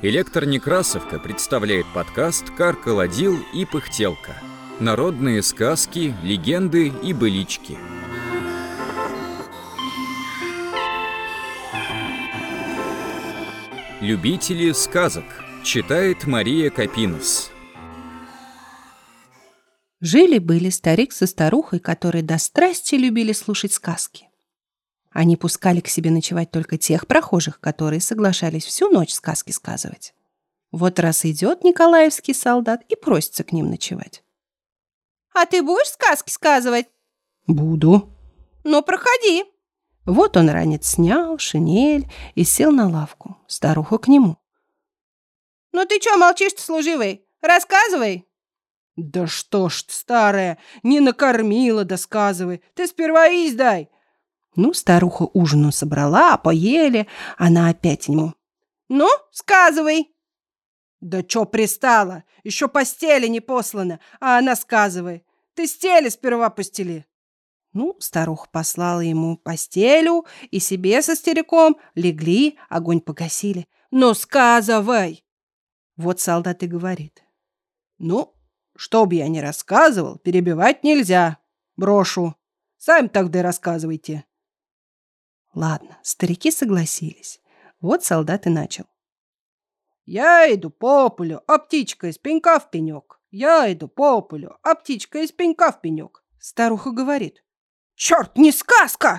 Электронекрасовка представляет подкаст «Каркаладил и пыхтелка». Народные сказки, легенды и былички. Любители сказок. Читает Мария Капинос. Жили-были старик со старухой, которые до страсти любили слушать сказки. Они пускали к себе ночевать только тех прохожих, которые соглашались всю ночь сказки сказывать. Вот раз идет николаевский солдат и просится к ним ночевать. «А ты будешь сказки сказывать?» «Буду». «Ну, проходи». Вот он ранец снял, шинель и сел на лавку. Старуха к нему. «Ну ты чё молчишь-то, служивый? Рассказывай». «Да что ж ты, старая, не накормила, да сказывай. Ты сперва есть дай». Ну, старуха ужину собрала, поели, она опять ему. «Ну, сказывай». «Да чё пристала? Еще постели не послано, а она сказывай. Ты стели сперва постели». Ну, старуха послала ему постелю, и себе со стариком легли, огонь погасили. «Ну, сказывай». Вот солдат и говорит. «Ну, что бы я ни рассказывал, перебивать нельзя. Брошу. Сами тогда и рассказывайте». Ладно, старики согласились. Вот солдат и начал. «Я иду по полю, а птичка из пенька в пенек. Я иду по полю, а птичка из пенька в пенек». Старуха говорит. «Черт, не сказка!»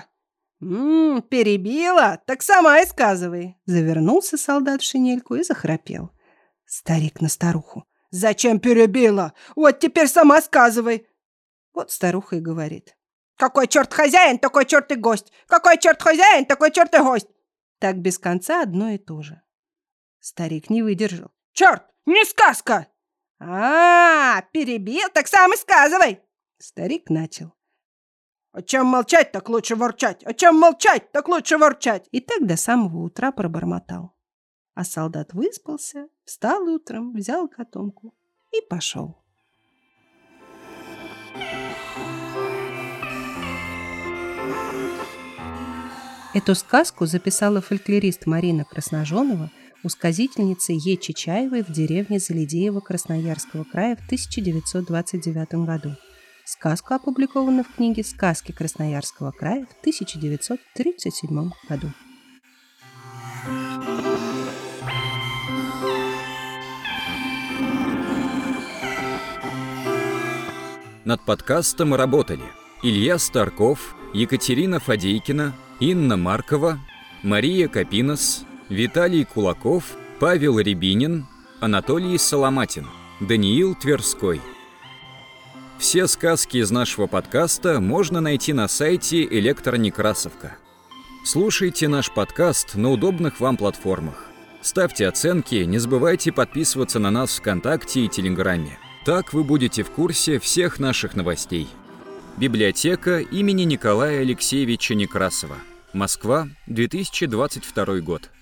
Перебила? Так сама и сказывай». Завернулся солдат в шинельку и захрапел. Старик на старуху. «Зачем перебила? Вот теперь сама сказывай». Вот старуха и говорит. «Какой черт хозяин, такой черт и гость. Какой черт хозяин, такой черт и гость». Так без конца одно и то же. Старик не выдержал. «Черт, не сказка!» Перебил, так сам и сказывай». Старик начал. «О чем молчать, так лучше ворчать. О чем молчать, так лучше ворчать». И так до самого утра пробормотал. А солдат выспался, встал утром, взял котомку и пошел. Эту сказку записала фольклорист Марина Красножонова у сказительницы Е. Чичаевой в деревне Заледеево Красноярского края в 1929 году. Сказка опубликована в книге «Сказки Красноярского края» в 1937 году. Над подкастом работали Илья Старков, Екатерина Фадейкина, Инна Маркова, Мария Капинос, Виталий Кулаков, Павел Рябинин, Анатолий Соломатин, Даниил Тверской. Все сказки из нашего подкаста можно найти на сайте Электронекрасовка. Слушайте наш подкаст на удобных вам платформах. Ставьте оценки, не забывайте подписываться на нас ВКонтакте и Телеграме. Так вы будете в курсе всех наших новостей. Библиотека имени Николая Алексеевича Некрасова. Москва, 2022 год.